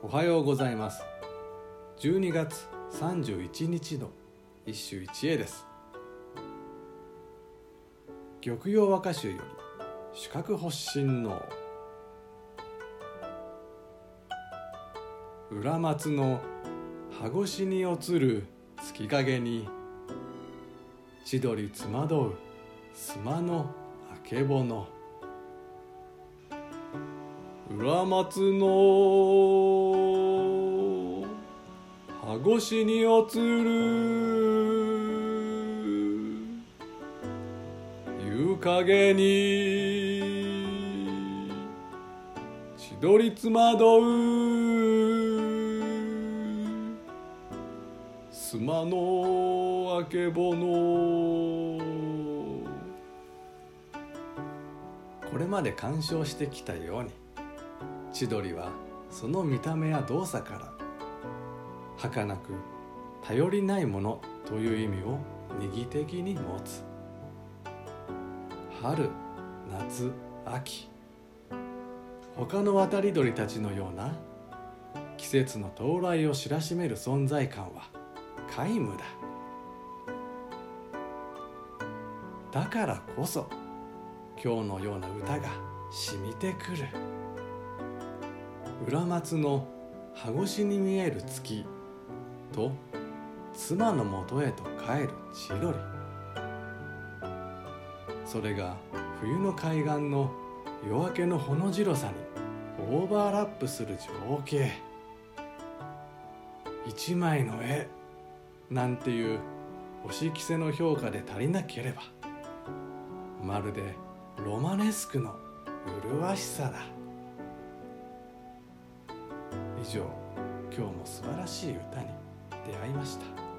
おはようございます。12月31日の一首一会です。玉葉和歌集より朱覚発心の裏松の羽越に映る月影に千鳥つまどう須磨のあけぼの。裏松の羽越に映る夕影に千鳥つまどう須磨のあけぼの。これまで鑑賞してきたように、千鳥はその見た目や動作から儚く頼りないものという意味を二義的に持つ。春、夏、秋、他の渡り鳥たちのような季節の到来を知らしめる存在感は皆無だ。だからこそ今日のような歌が染みてくる。裏松の羽越に見える月と妻のもとへと帰る千鳥、それが冬の海岸の夜明けのほの白さにオーバーラップする情景。一枚の絵なんていう星着せの評価で足りなければ、まるでロマネスクの麗しさだ。以上、今日も素晴らしい歌に出会いました。